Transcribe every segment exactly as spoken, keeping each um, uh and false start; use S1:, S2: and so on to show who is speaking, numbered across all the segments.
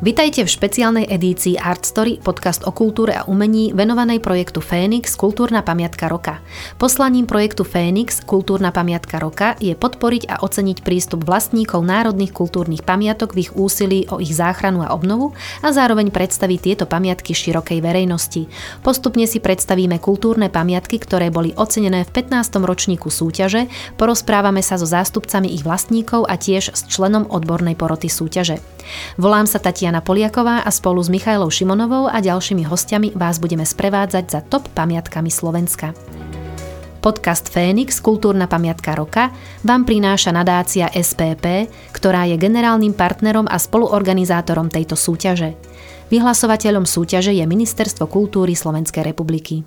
S1: Vitajte v špeciálnej edícii Art Story, podcast o kultúre a umení venovanej projektu Fénix Kultúrna pamiatka roka. Poslaním projektu Fénix Kultúrna pamiatka roka je podporiť a oceniť prístup vlastníkov národných kultúrnych pamiatok v ich úsilí o ich záchranu a obnovu a zároveň predstaviť tieto pamiatky širokej verejnosti. Postupne si predstavíme kultúrne pamiatky, ktoré boli ocenené v pätnástom ročníku súťaže, porozprávame sa so zástupcami ich vlastníkov a tiež s členom odbornej poroty súťaže. Volám sa Tatiana Poliaková a spolu s Michailou Šimonovou a ďalšími hostiami vás budeme sprevádzať za top pamiatkami Slovenska. Podcast Fénix Kultúrna pamiatka roka vám prináša nadácia es pé pé, ktorá je generálnym partnerom a spoluorganizátorom tejto súťaže. Vyhlasovateľom súťaže je Ministerstvo kultúry Slovenskej republiky.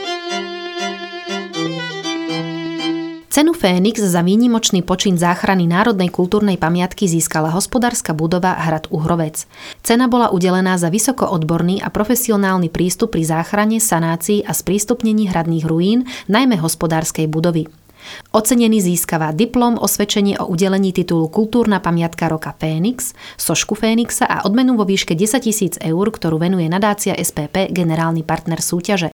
S1: Cenu Fénix za výnimočný počin záchrany národnej kultúrnej pamiatky získala hospodárska budova Hrad Uhrovec. Cena bola udelená za vysokoodborný a profesionálny prístup pri záchrane, sanácii a sprístupnení hradných ruín, najmä hospodárskej budovy. Ocenený získava diplom, osvedčenie o udelení titulu Kultúrna pamiatka roka Fénix, sošku Fénixa a odmenu vo výške desaťtisíc eur, ktorú venuje nadácia es pé pé, generálny partner súťaže.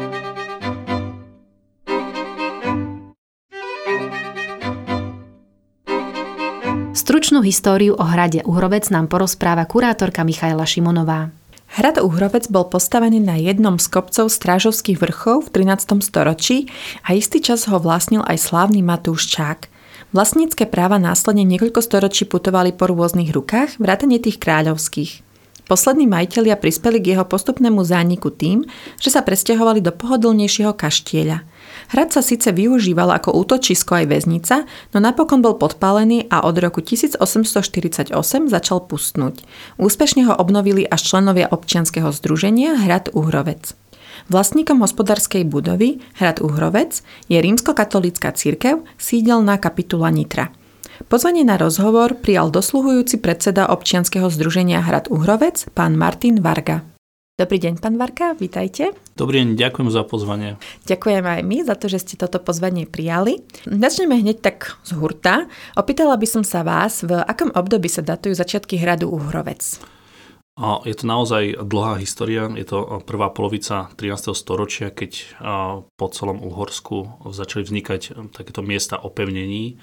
S1: Stručnú históriu o hrade Uhrovec nám porozpráva kurátorka Michaila Šimonová.
S2: Hrad Uhrovec bol postavený na jednom z kopcov Strážovských vrchov v trinástom storočí a istý čas ho vlastnil aj slávny Matúš Čák. Vlastnícke práva následne niekoľko storočí putovali po rôznych rukách, vrátane tých kráľovských. Poslední majitelia prispeli k jeho postupnému zániku tým, že sa presťahovali do pohodlnejšieho kaštieľa. Hrad sa síce využíval ako útočisko aj väznica, no napokon bol podpálený a od roku tisícosemstoštyridsaťosem začal pustnúť. Úspešne ho obnovili až členovia občianskeho združenia Hrad Uhrovec. Vlastníkom hospodárskej budovy Hrad Uhrovec je rímskokatolícka cirkev, sídelná kapitula Nitra. Pozvanie na rozhovor prijal dosluhujúci predseda občianskeho združenia Hrad Uhrovec, pán Martin Varga. Dobrý deň, pán Varga, vítajte.
S3: Dobrý deň, ďakujem za pozvanie.
S2: Ďakujem aj my za to, že ste toto pozvanie prijali. Začneme hneď tak z hurta. Opýtala by som sa vás, v akom období sa datujú začiatky Hradu Uhrovec?
S3: Je to naozaj dlhá história, je to prvá polovica trinásteho storočia, keď po celom Uhorsku začali vznikať takéto miesta opevnení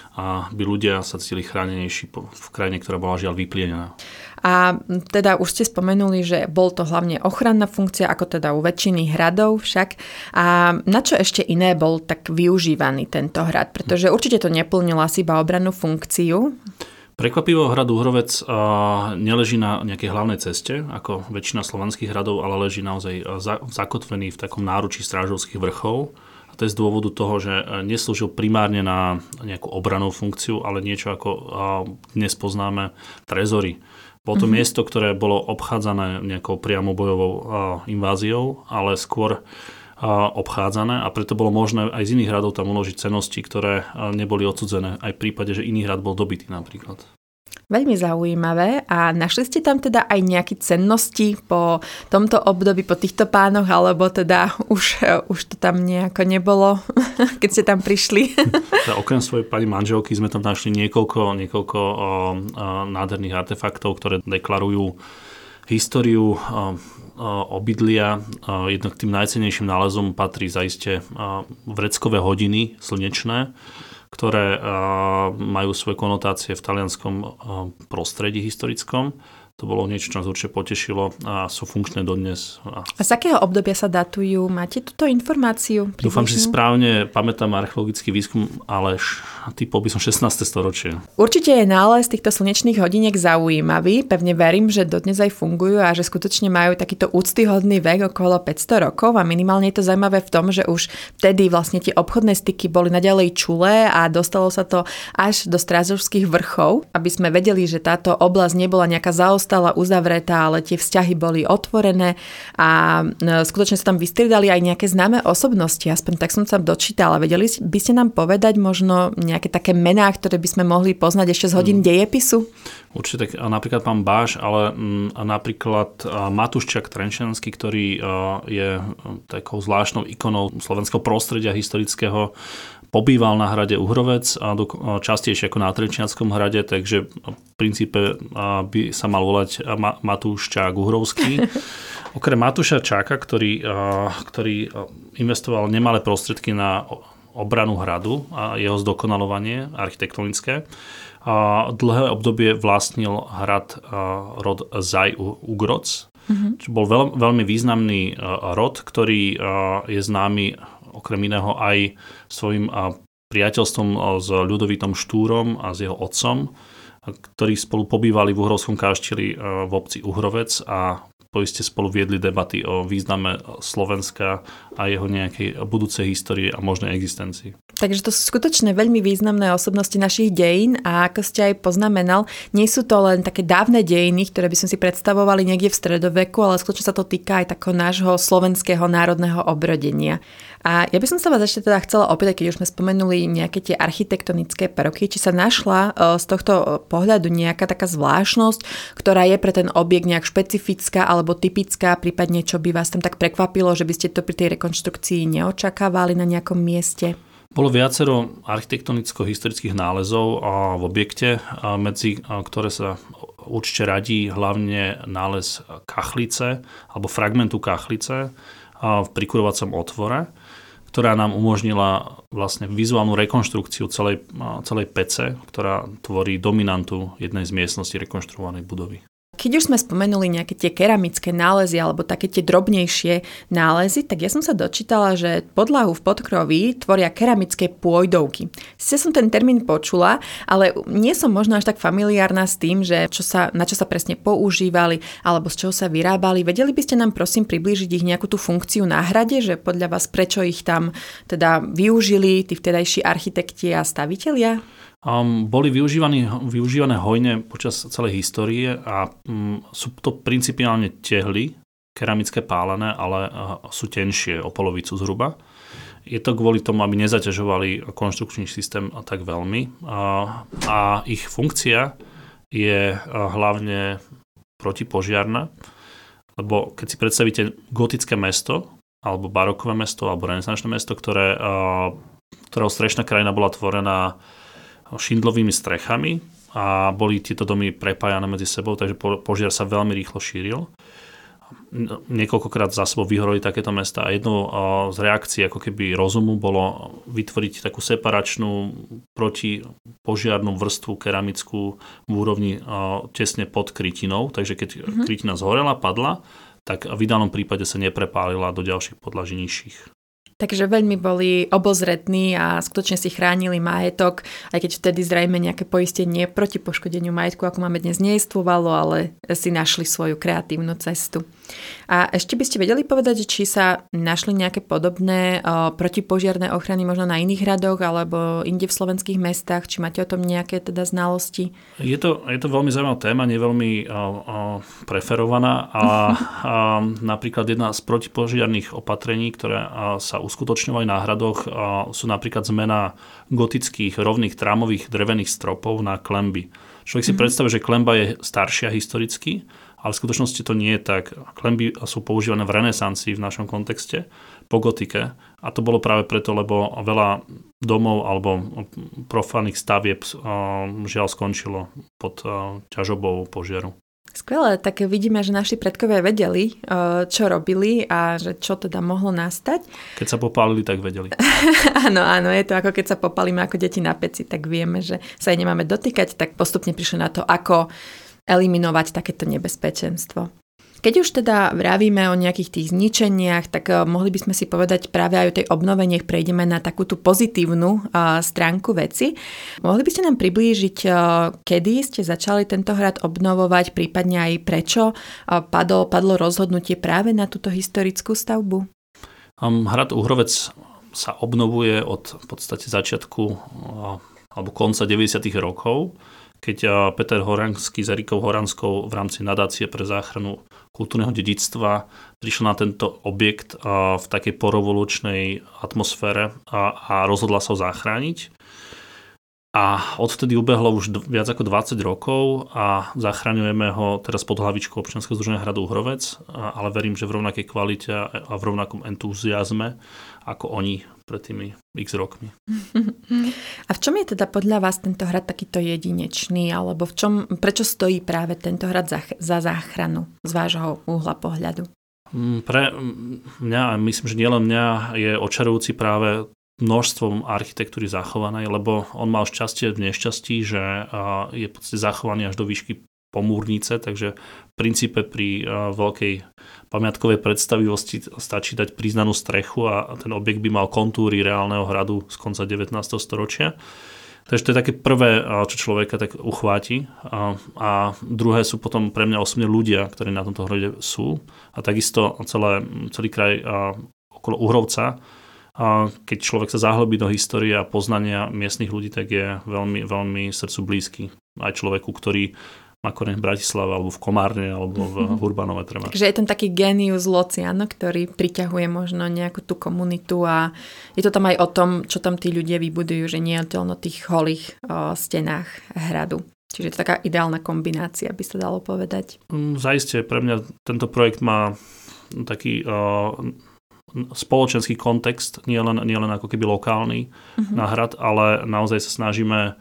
S3: a by ľudia sa cítili chránenejší v krajine, ktorá bola žiaľ vyplienená.
S2: A teda už ste spomenuli, že bol to hlavne ochranná funkcia, ako teda u väčšiny hradov však. A na čo ešte iné bol tak využívaný tento hrad? Pretože určite to neplnilo asi iba obrannú funkciu.
S3: Prekvapivo hrad Uhrovec uh, neleží na nejakej hlavnej ceste, ako väčšina slovanských hradov, ale leží naozaj za, zakotvený v takom náručí Strážovských vrchov. A to je z dôvodu toho, že neslúžil primárne na nejakú obrannou funkciu, ale niečo ako uh, dnes poznáme trezory. Bolo to mm-hmm. miesto, ktoré bolo obchádzané nejakou priamobojovou uh, inváziou, ale skôr uh, obchádzané a preto bolo možné aj z iných hradov tam uložiť cennosti, ktoré uh, neboli odsudzené, aj v prípade, že iný hrad bol dobitý napríklad.
S2: Veľmi zaujímavé. A našli ste tam teda aj nejaké cennosti po tomto období, po týchto pánoch, alebo teda už, už to tam nejako nebolo, keď ste tam prišli?
S3: Teda okrem svojej pani manželky sme tam našli niekoľko, niekoľko o, o, nádherných artefaktov, ktoré deklarujú históriu o, o, obydlia. O, jednak tým najcennejším nálezom patrí zaiste o, vreckové hodiny slnečné, ktoré uh, majú svoje konotácie v talianskom uh, prostredí historickom. To bolo niečo, čo nás určite potešilo a sú funkčné dodnes.
S2: A z akého obdobia sa datujú? Máte túto informáciu? Približnú?
S3: Dúfam, že si správne pamätám archeologický výskum, ale typol by som šestnáste storočie.
S2: Určite je nález týchto slnečných hodiniek zaujímavý. Pevne verím, že dodnes aj fungujú a že skutočne majú takýto úctyhodný vek okolo päťsto rokov a minimálne je to zaujímavé v tom, že už vtedy vlastne tie obchodné styky boli naďalej čulé a dostalo sa to až do Strážovských vrchov, aby sme vedeli, že táto oblasť nebola nejaká zaostala, uzavretá, ale tie vzťahy boli otvorené a skutočne sa tam vystriedali aj nejaké známe osobnosti, aspoň tak som sa dočítala. Vedeli by ste nám povedať možno nejaké také mená, ktoré by sme mohli poznať ešte z hodín dejepisu?
S3: Určite tak napríklad pán Báš, ale m, napríklad Matúščak Trenčiansky, ktorý je takou zvláštnou ikonou slovenského prostredia historického, pobýval na hrade Uhrovec a do, častejšie ako na Trenčianskom hrade, takže v princípe by sa mal volať Matúščák Uhrovský. Okrem Matúša Čáka, ktorý, ktorý investoval nemalé prostriedky na obranu hradu a jeho zdokonalovanie architektonické, a dlhé obdobie vlastnil hrad rod Zaj Ugroc, mm-hmm. čo bol veľ, veľmi významný rod, ktorý je známy okrem iného aj svojim priateľstvom s Ľudovítom Štúrom a s jeho otcom, ktorí spolu pobývali v Uhrovskom kášteli v obci Uhrovec a poiste spolu viedli debaty o význame Slovenska a jeho nejakej budúcej histórie a možnej existencii.
S2: Takže to sú skutočne veľmi významné osobnosti našich dejín a ako ste aj poznamenal, nie sú to len také dávne dejiny, ktoré by sme si predstavovali niekde v stredoveku, ale skutočne sa to týka aj takého nášho slovenského národného obrodenia. A ja by som sa vás ešte teda chcela opýtať, keď už sme spomenuli nejaké tie architektonické prvky, či sa našla z tohto pohľadu nejaká taká zvláštnosť, ktorá je pre ten objekt nejak špecifická alebo typická, prípadne čo by vás tam tak prekvapilo, že by ste to pri tej rekonštrukcii neočakávali na nejakom mieste?
S3: Bolo viacero architektonicko-historických nálezov v objekte, medzi ktoré sa určite radí hlavne nález kachlice alebo fragmentu kachlice v prikurovacom otvore, ktorá nám umožnila vlastne vizuálnu rekonštrukciu celej, celej pece, ktorá tvorí dominantu jednej z miestností rekonštruovanej budovy.
S2: Keď už sme spomenuli nejaké tie keramické nálezy alebo také tie drobnejšie nálezy, tak ja som sa dočítala, že podlahu v podkroví tvoria keramické pôjdovky. Sice som ten termín počula, ale nie som možno až tak familiárna s tým, že čo sa, na čo sa presne používali alebo z čoho sa vyrábali. Vedeli by ste nám prosím priblížiť ich nejakú tú funkciu na hrade, že podľa vás prečo ich tam teda využili tí vtedajší architekti a stavitelia?
S3: Um, boli využívané hojne počas celej histórie a um, sú to principiálne tehly, keramické pálené, ale uh, sú tenšie o polovicu zhruba. Je to kvôli tomu, aby nezaťažovali konštrukčný systém tak veľmi. Uh, a ich funkcia je uh, hlavne protipožiarna, lebo keď si predstavíte gotické mesto, alebo barokové mesto, alebo renesančné mesto, ktoré, uh, ktorého strešná krajina bola tvorená šindlovými strechami a boli tieto domy prepájané medzi sebou, takže požiar sa veľmi rýchlo šíril. Niekoľkokrát za sebou vyhoreli takéto mesta a jednou z reakcií ako keby rozumu bolo vytvoriť takú separačnú protipožiarnú vrstvu keramickú v úrovni tesne pod krytinou, takže keď mm-hmm. krytina zhorela, padla, tak v ideálnom prípade sa neprepálila do ďalších podlaží nižších.
S2: Takže veľmi boli obozretní a skutočne si chránili majetok, aj keď vtedy zrejme nejaké poistenie proti poškodeniu majetku, ako máme dnes, nejestvovalo, ale si našli svoju kreatívnu cestu. A ešte by ste vedeli povedať, či sa našli nejaké podobné o, protipožiarne ochrany možno na iných hradoch alebo inde v slovenských mestách, či máte o tom nejaké teda znalosti? Je
S3: to, je to veľmi zaujímavá téma, nie veľmi o, o, preferovaná a, a napríklad jedna z protipožiarnych opatrení, ktoré a, sa uskutočňovali na hradoch, a, sú napríklad zmena gotických rovných trámových drevených stropov na klenby. Človek si mm-hmm. predstavuje, že klenba je staršia historicky, ale v skutočnosti to nie je tak. Klenby sú používané v renesancii v našom kontexte, po gotike. A to bolo práve preto, lebo veľa domov alebo profánnych stavieb žiaľ skončilo pod ťažobou požiaru.
S2: Skvelé, tak vidíme, že naši predkovia vedeli, čo robili a že čo teda mohlo nastať.
S3: Keď sa popálili, tak vedeli.
S2: Áno, áno, je to ako keď sa popálime ako deti na peci, tak vieme, že sa aj nemáme dotýkať, tak postupne prišli na to, ako eliminovať takéto nebezpečenstvo. Keď už teda vravíme o nejakých tých zničeniach, tak mohli by sme si povedať práve aj o tej obnove, nech prejdeme na takú tú pozitívnu stránku veci. Mohli by ste nám priblížiť, kedy ste začali tento hrad obnovovať, prípadne aj prečo padlo, padlo rozhodnutie práve na túto historickú stavbu?
S3: Hrad Uhrovec sa obnovuje od v podstate začiatku alebo konca deväťdesiatych rokov, keď Peter Horanský s Erikou Horanskou v rámci nadácie pre záchranu kultúrneho dedičstva prišiel na tento objekt v takej porovolučnej atmosfére a, a rozhodla sa ho zachrániť. A odvtedy ubehlo už d- viac ako dvadsať rokov a zachraňujeme ho teraz pod hlavičkou Občianskeho združenia Hrad Uhrovec, a, ale verím, že v rovnakej kvalite a v rovnakom entuziazme ako oni pred tými x rokmi.
S2: A v čom je teda podľa vás tento hrad takýto jedinečný, alebo v čom, prečo stojí práve tento hrad za, za záchranu z vášho uhla pohľadu?
S3: Pre mňa, a myslím, že nielen mňa, je očarujúci práve množstvom architektúry zachovanej, lebo on mal šťastie v nešťastí, že je v podstate zachovaný až do výšky pomúrnice, takže v princípe pri veľkej pamiatkovej predstavivosti stačí dať priznanú strechu a ten objekt by mal kontúry reálneho hradu z konca devätnásteho storočia. Takže to je také prvé, čo človeka tak uchváti. A, a druhé sú potom pre mňa osobne ľudia, ktorí na tomto hrade sú. A takisto celé, celý kraj okolo Uhrovca. A keď človek sa zahlbí do histórie a poznania miestnych ľudí, tak je veľmi, veľmi srdcu blízky. Aj človeku, ktorý má koreň v Bratislave, alebo v Komárne, alebo v Urbanove treba. Takže
S2: je tam taký génius loci, áno, ktorý priťahuje možno nejakú tú komunitu a je to tam aj o tom, čo tam tí ľudia vybudujú, že nie je to na tých holých o, stenách hradu. Čiže je to taká ideálna kombinácia, by sa dalo povedať.
S3: Zaiste, pre mňa tento projekt má taký o, spoločenský kontext, nie len, nie len ako keby lokálny uh-huh. na hrad, ale naozaj sa snažíme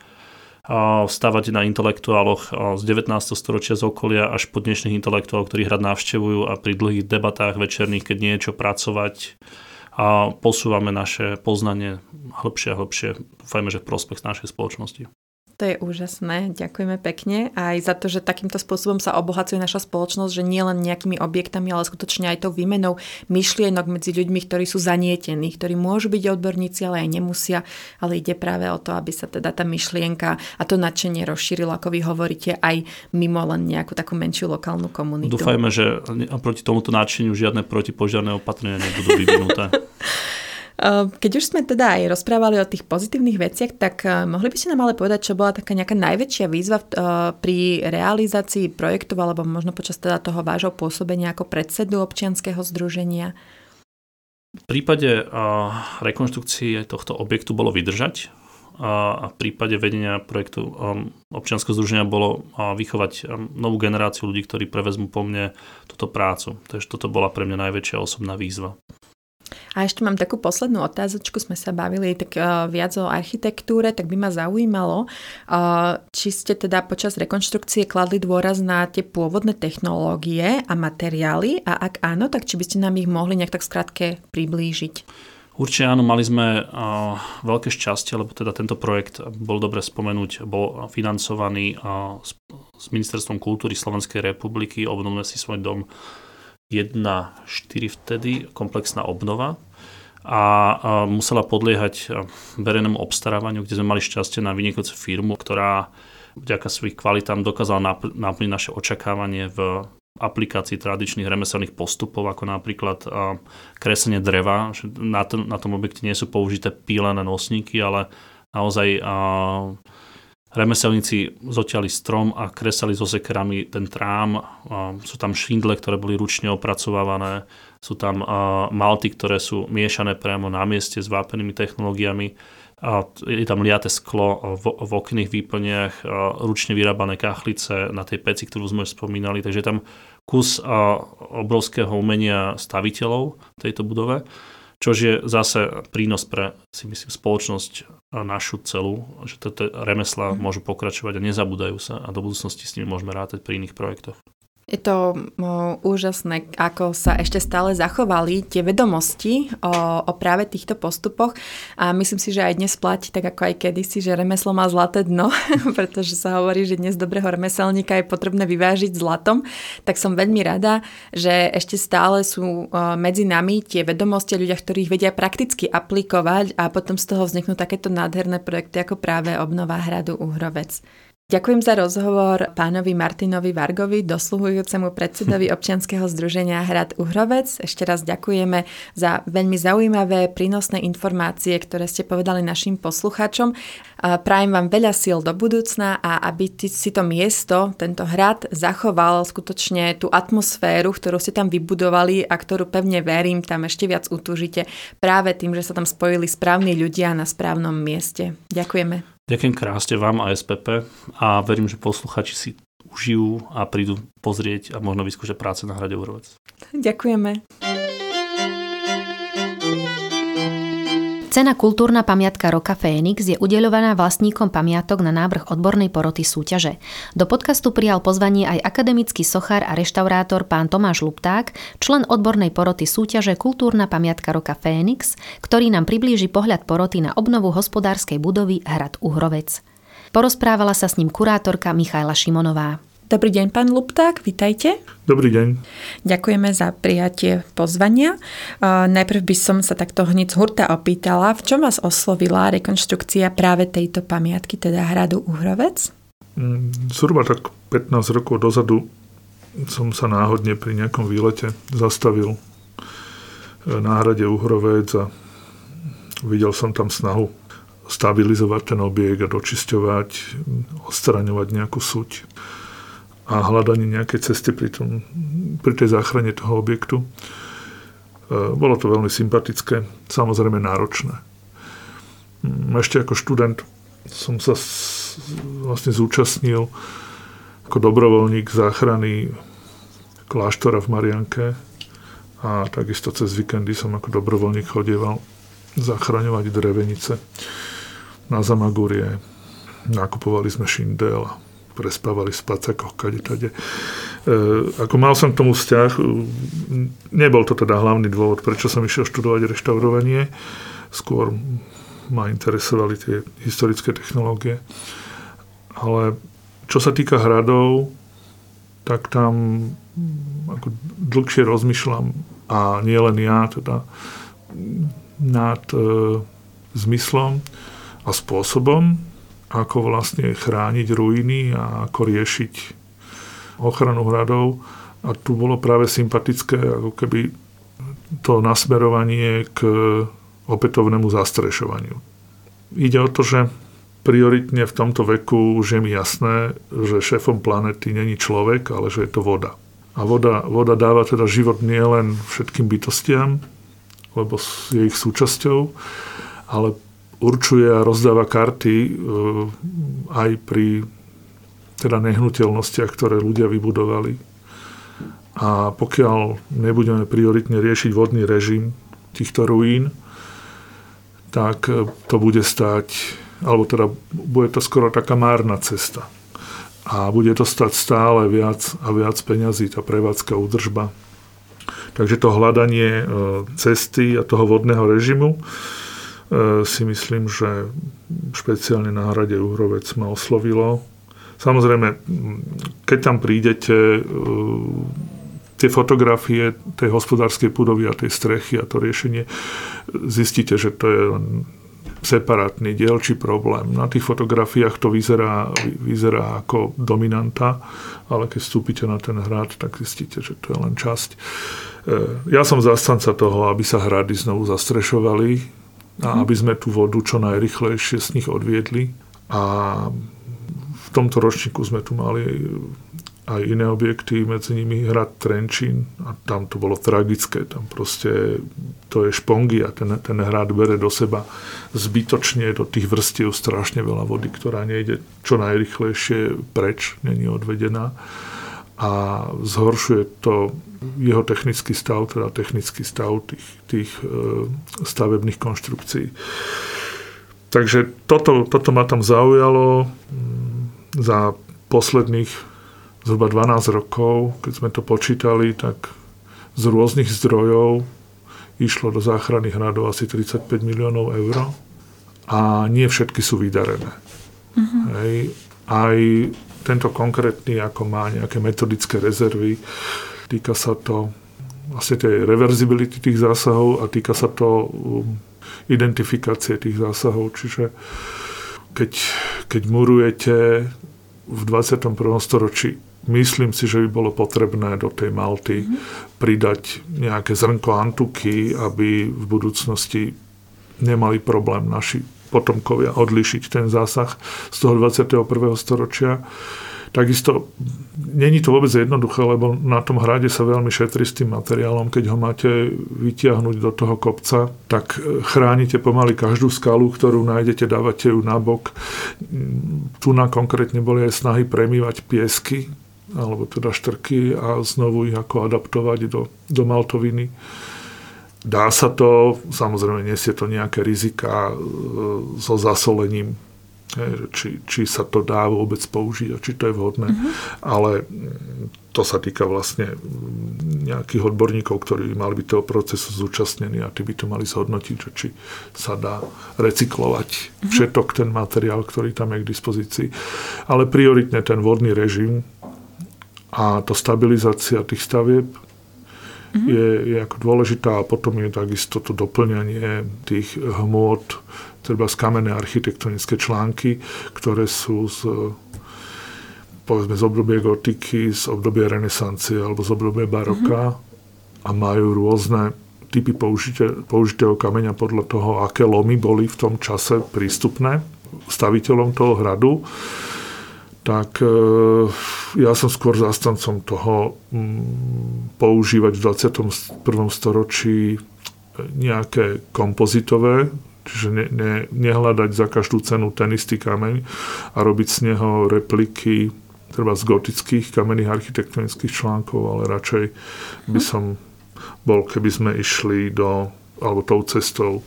S3: stavať na intelektuáloch z devätnásteho storočia z okolia až po dnešných intelektuálov, ktorí hrad navštevujú a pri dlhých debatách večerných, keď nie je čo pracovať, a posúvame naše poznanie hĺbšie a hĺbšie. Dúfajme, že v prospech našej spoločnosti.
S2: To je úžasné, ďakujeme pekne aj za to, že takýmto spôsobom sa obohacuje naša spoločnosť, že nie len nejakými objektami, ale skutočne aj tou výmenou myšlienok medzi ľuďmi, ktorí sú zanietení, ktorí môžu byť odborníci, ale aj nemusia, ale ide práve o to, aby sa teda tá myšlienka a to nadšenie rozšírilo, ako vy hovoríte, aj mimo len nejakú takú menšiu lokálnu komunitu.
S3: Dúfajme, že proti tomuto nadšeniu žiadne protipožiarne opatrenia nebudú vyvinuté.
S2: Keď už sme teda aj rozprávali o tých pozitívnych veciach, tak mohli by ste nám ale povedať, čo bola taká nejaká najväčšia výzva pri realizácii projektov alebo možno počas teda toho vášho pôsobenia ako predsedu občianskeho združenia?
S3: V prípade rekonštrukcie tohto objektu bolo vydržať a v prípade vedenia projektu občianskeho združenia bolo vychovať novú generáciu ľudí, ktorí prevezmú po mne túto prácu. Takže toto bola pre mňa najväčšia osobná výzva.
S2: A ešte mám takú poslednú otázočku, sme sa bavili tak uh, viac o architektúre, tak by ma zaujímalo, uh, či ste teda počas rekonštrukcie kladli dôraz na tie pôvodné technológie a materiály a ak áno, tak či by ste nám ich mohli nejak tak skrátke priblížiť?
S3: Určite áno, mali sme uh, veľké šťastie, lebo teda tento projekt, bol dobre spomenúť, bol financovaný uh, s, s Ministerstvom kultúry Slovenskej republiky, obnovme si svoj dom jedna štyri vtedy, komplexná obnova a musela podliehať verejnému obstarávaniu, kde sme mali šťastie na vynikajúcu firmu, ktorá vďaka svojich kvalitám dokázala naplniť naše očakávanie v aplikácii tradičných remeselných postupov, ako napríklad kreslenie dreva. Na tom, na tom objekte nie sú použité pílené nosníky, ale naozaj remeselníci zotiali strom a kresali so sekerami ten trám. Sú tam šindle, ktoré boli ručne opracovávané. Sú tam malty, ktoré sú miešané priamo na mieste s vápenými technológiami. Je tam liaté sklo v, v okných výplniach, ručne vyrábané kachlice na tej peci, ktorú sme už spomínali. Takže je tam kus obrovského umenia staviteľov tejto budove, čož je zase prínos pre, si myslím, spoločnosť našu celú, že tieto remeslá môžu pokračovať a nezabúdajú sa a do budúcnosti s nimi môžeme rátať pri iných projektoch.
S2: Je to o, úžasné, ako sa ešte stále zachovali tie vedomosti o, o práve týchto postupoch a myslím si, že aj dnes platí, tak ako aj kedysi, že remeslo má zlaté dno, pretože sa hovorí, že dnes dobrého remeselníka je potrebné vyvážiť zlatom, tak som veľmi rada, že ešte stále sú o, medzi nami tie vedomosti ľudia, ktorých vedia prakticky aplikovať a potom z toho vzniknú takéto nádherné projekty ako práve obnova hradu Uhrovec. Ďakujem za rozhovor pánovi Martinovi Vargovi, dosluhujúcemu predsedovi občianskeho združenia Hrad Uhrovec. Ešte raz ďakujeme za veľmi zaujímavé, prínosné informácie, ktoré ste povedali našim poslucháčom. Prajem vám veľa síl do budúcna a aby si to miesto, tento hrad, zachoval skutočne tú atmosféru, ktorú ste tam vybudovali a ktorú pevne verím, tam ešte viac utúžite práve tým, že sa tam spojili správni ľudia na správnom mieste. Ďakujeme.
S3: Ďakujem krásne vám a es pé pé a verím, že posluchači si užijú a prídu pozrieť a možno vyskúšať práce na hrade Uhrovec.
S2: Ďakujeme.
S1: Cena Kultúrna pamiatka roka Fénix je udeľovaná vlastníkom pamiatok na návrh odbornej poroty súťaže. Do podcastu prijal pozvanie aj akademický sochár a reštaurátor pán Tomáš Lupták, člen odbornej poroty súťaže Kultúrna pamiatka roka Fénix, ktorý nám priblíži pohľad poroty na obnovu hospodárskej budovy hrad Uhrovec. Porozprávala sa s ním kurátorka Michaela Šimonová.
S2: Dobrý deň, pán Lupták, vitajte.
S4: Dobrý deň.
S2: Ďakujeme za prijatie pozvania. Najprv by som sa takto hneď z hurta opýtala, v čom vás oslovila rekonštrukcia práve tejto pamiatky, teda hradu Uhrovec?
S4: Zhruba tak pätnásť rokov dozadu som sa náhodne pri nejakom výlete zastavil na hrade Uhrovec a videl som tam snahu stabilizovať ten objekt a dočisťovať, odstraňovať nejakú suť a hľadanie nejakej cesty pri, tom, pri tej záchrane toho objektu. Bolo to veľmi sympatické, samozrejme náročné. Ešte ako študent som sa vlastne zúčastnil ako dobrovoľník záchrany kláštora v Marianke a takisto cez víkendy som ako dobrovoľník chodieval zachraňovať drevenice na Zamagúrie. Nakupovali sme šindel a prespávali v spacákoch kadetade. E, ako mal som k tomu vzťah, nebol to teda hlavný dôvod, prečo som išiel študovať reštaurovanie. Skôr ma interesovali tie historické technológie. Ale čo sa týka hradov, tak tam ako dlhšie rozmýšľam a nie len ja, teda nad e, zmyslom a spôsobom, ako vlastne chrániť ruiny a ako riešiť ochranu hradov. A tu bolo práve sympatické ako keby to nasmerovanie k opätovnému zastrešovaniu. Ide o to, že prioritne v tomto veku už je mi jasné, že šéfom planety není človek, ale že je to voda. A voda, voda dáva teda život nielen všetkým bytostiam, lebo je ich súčasťou, ale určuje a rozdáva karty aj pri teda nehnuteľnostiach, ktoré ľudia vybudovali. A pokiaľ nebudeme prioritne riešiť vodný režim týchto ruín, tak to bude stáť, alebo teda bude to skoro taká márna cesta. A bude to stať stále viac a viac peňazí, tá prevádzka, údržba. Takže to hľadanie cesty a toho vodného režimu si myslím, že špeciálne na hrade Uhrovec ma oslovilo. Samozrejme, keď tam prídete, tie fotografie tej hospodárskej budovy a tej strechy a to riešenie, zistíte, že to je separátny dielčí problém. Na tých fotografiách to vyzerá, vyzerá ako dominanta, ale keď vstúpite na ten hrad, tak zistíte, že to je len časť. Ja som zastanca toho, aby sa hrady znovu zastrešovali a aby sme tú vodu čo najrychlejšie z nich odviedli. A v tomto ročníku sme tu mali aj iné objekty, medzi nimi hrad Trenčín a tam to bolo tragické. Tam proste to je špongia. Ten, ten hrad bere do seba zbytočne do tých vrstiev strašne veľa vody, ktorá nejde čo najrychlejšie preč, není odvedená. A zhoršuje to jeho technický stav, teda technický stav tých, tých e, stavebných konštrukcií. Takže toto, toto ma tam zaujalo. Za posledných zhruba dvanásť rokov, keď sme to počítali, tak z rôznych zdrojov išlo do záchrany hradov asi tridsaťpäť miliónov eur a nie všetky sú vydarené. Uh-huh. Hej. Aj tento konkrétny, ako má nejaké metodické rezervy, týka sa to vlastne tej reverzibility tých zásahov a týka sa to um, identifikácie tých zásahov. Čiže keď, keď murujete v dvadsiatom prvom storočí, myslím si, že by bolo potrebné do tej malty mm-hmm. pridať nejaké zrnko antuky, aby v budúcnosti nemali problém naši potomkovia odlíšiť ten zásah z toho dvadsiateho prvého storočia, Takisto není to vôbec jednoduché, lebo na tom hrade sa veľmi šetrí s tým materiálom. Keď ho máte vytiahnuť do toho kopca, tak chránite pomaly každú skalu, ktorú nájdete, dávate ju nabok. Tu na konkrétne boli aj snahy premývať piesky, alebo teda štrky a znovu ich ako adaptovať do, do maltoviny. Dá sa to, samozrejme nesie to nejaké rizika so zasolením, či, či sa to dá vôbec použiť a či to je vhodné. Uh-huh. Ale to sa týka vlastne nejakých odborníkov, ktorí mali byť toho procesu zúčastnení a tí by to mali zhodnotiť, že či sa dá recyklovať uh-huh. všetok ten materiál, ktorý tam je k dispozícii. Ale prioritne ten vodný režim a to stabilizácia tých stavieb uh-huh. je, je ako dôležitá a potom je takisto to doplňanie tých hmôt, treba z kamenné architektonické články, ktoré sú z, povedzme, z obdobia gotiky, z obdobia renesancie alebo z obdobia baroka mm-hmm. a majú rôzne typy použite, použitého kameňa podľa toho, aké lomy boli v tom čase prístupné staviteľom toho hradu. Tak ja som skôr zástancom toho používať v dvadsiatom prvom storočí nejaké kompozitové, čiže ne, ne, nehľadať za každú cenu ten istý kameň a robiť z neho repliky treba z gotických kamenných architektonických článkov, ale radšej by som bol, keby sme išli do, alebo tou cestou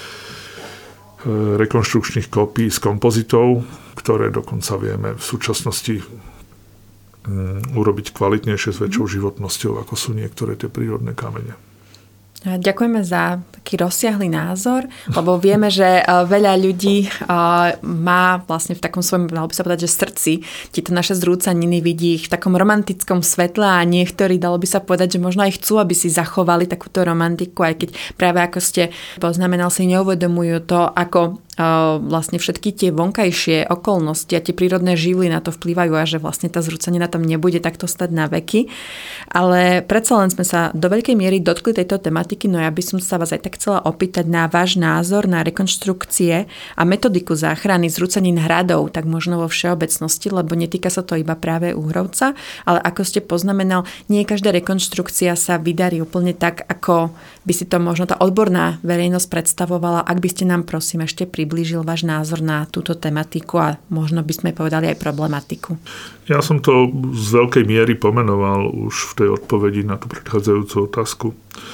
S4: rekonštrukčných kópií z kompozitov, ktoré dokonca vieme v súčasnosti urobiť kvalitnejšie s väčšou životnosťou, ako sú niektoré tie prírodné kamene.
S2: Ďakujeme za taký rozsiahly názor, lebo vieme, že veľa ľudí má vlastne v takom svojom, dalo by sa povedať, že srdci tieto naše zrúcaniny, vidí ich v takom romantickom svetle a niektorí, dalo by sa povedať, že možno aj chcú, aby si zachovali takúto romantiku, aj keď práve ako ste poznamenal, si neuvedomujú to, ako vlastne všetky tie vonkajšie okolnosti a tie prírodné živly na to vplývajú a že vlastne tá zrúcanina tam nebude takto stať na veky. Ale predsa len sme sa do veľkej miery dotkli tejto tematiky, no ja by som sa vás aj tak chcela opýtať na váš názor na rekonštrukcie a metodiku záchrany zrúcanín hradov, tak možno vo všeobecnosti, lebo netýka sa to iba práve Uhrovca, ale ako ste poznamenal, nie každá rekonštrukcia sa vydarí úplne tak, ako by si to možno tá odborná verejnosť predstavovala. Ak by ste nám prosím ešte priblížil váš názor na túto tematiku a možno by sme povedali aj problematiku.
S4: Ja som to z veľkej miery pomenoval už v tej odpovedi na tú predchádzajúcu otázku.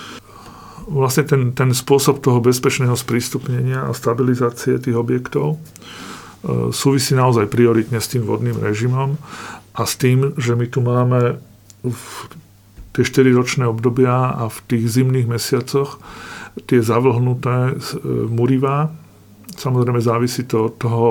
S4: Vlastne ten, ten spôsob toho bezpečného sprístupnenia a stabilizácie tých objektov e, súvisí naozaj prioritne s tým vodným režimom a s tým, že my tu máme v tie štyriročné obdobia a v tých zimných mesiacoch tie zavlhnuté murivá. Samozrejme závisí to od toho,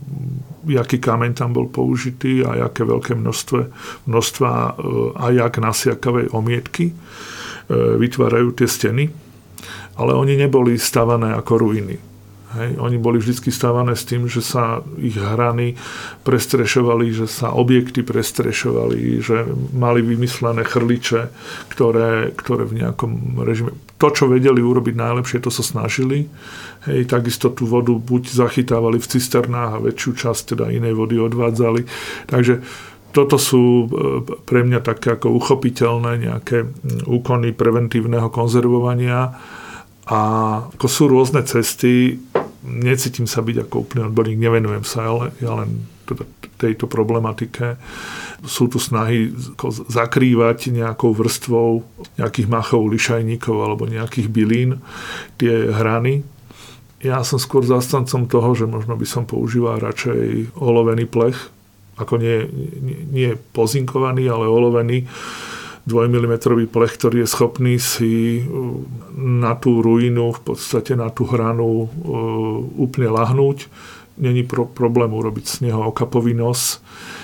S4: jaký kameň tam bol použitý a aké veľké množstvo, množstva a jak nasiakavej omietky vytvárajú tie steny. Ale oni neboli stavané ako ruiny. Hej. Oni boli vždy stávané s tým, že sa ich hrany prestrešovali, že sa objekty prestrešovali, že mali vymyslené chrliče, ktoré, ktoré v nejakom režime... To, čo vedeli urobiť najlepšie, to sa snažili. Hej, takisto tú vodu buď zachytávali v cisternách a väčšiu časť teda inej vody odvádzali. Takže toto sú pre mňa také ako uchopiteľné nejaké úkony preventívneho konzervovania. A ako sú rôzne cesty, necítim sa byť ako úplný odborník, nevenujem sa, ale ja len teda tejto problematike. Sú tu snahy zakrývať nejakou vrstvou nejakých machov, lišajníkov alebo nejakých bylín tie hrany. Ja som skôr zastancom toho, že možno by som používal radšej olovený plech, ako nie, nie, nie pozinkovaný, ale olovený dvojmilimetrový plech, ktorý je schopný si na tú ruinu, v podstate na tú hranu úplne lahnúť. Není pro, problém urobiť z neho okapový nos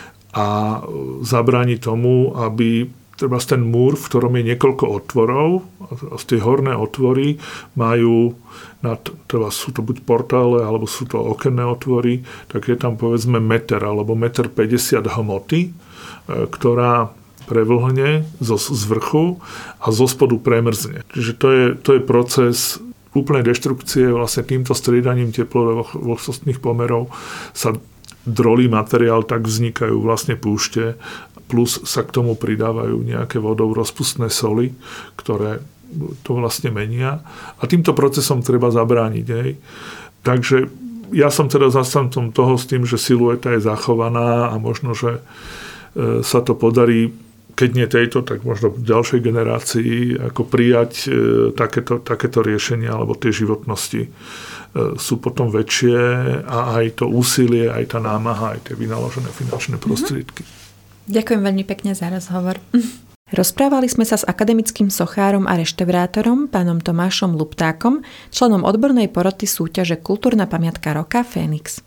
S4: a zabrániť tomu, aby treba ten múr, v ktorom je niekoľko otvorov, a z tie horné otvory majú, nad, teda sú to buď portále, alebo sú to okenné otvory, tak je tam povedzme meter alebo meter päťdesiat hmoty, ktorá prevlhne zo, z vrchu a zo spodu premrzne. Čiže to je, to je proces úplnej deštrukcie vlastne týmto striedaním teplotovostných pomerov sa drolí materiál, tak vznikajú vlastne púšte, plus sa k tomu pridávajú nejaké vodou rozpustné soly, ktoré to vlastne menia. A týmto procesom treba zabrániť. Hej. Takže ja som teda zastancom toho s tým, že silueta je zachovaná a možno, že sa to podarí, keď nie tejto, tak možno v ďalšej generácii ako prijať takéto, takéto riešenia, alebo tie životnosti sú potom väčšie a aj to úsilie, aj tá námaha, aj tie vynaložené finančné prostriedky.
S2: Ďakujem veľmi pekne za rozhovor. Rozprávali sme sa s akademickým sochárom a reštaurátorom pánom Tomášom Luptákom, členom odbornej poroty súťaže Kultúrna pamiatka roka Fénix.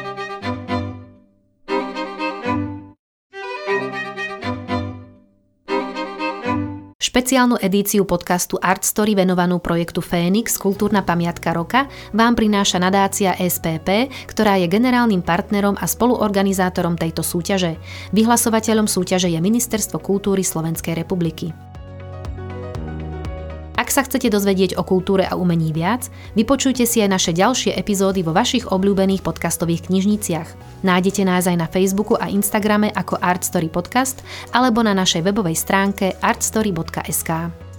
S1: Špeciálnu edíciu podcastu Art Story venovanú projektu Fénix Kultúrna pamiatka roka vám prináša nadácia es pé pé, ktorá je generálnym partnerom a spoluorganizátorom tejto súťaže. Vyhlasovateľom súťaže je Ministerstvo kultúry Slovenskej republiky. Ak sa chcete dozvedieť o kultúre a umení viac, vypočujte si aj naše ďalšie epizódy vo vašich obľúbených podcastových knižniciach. Nájdete nás aj na Facebooku a Instagrame ako Art Story Podcast alebo na našej webovej stránke artstory bodka es ká.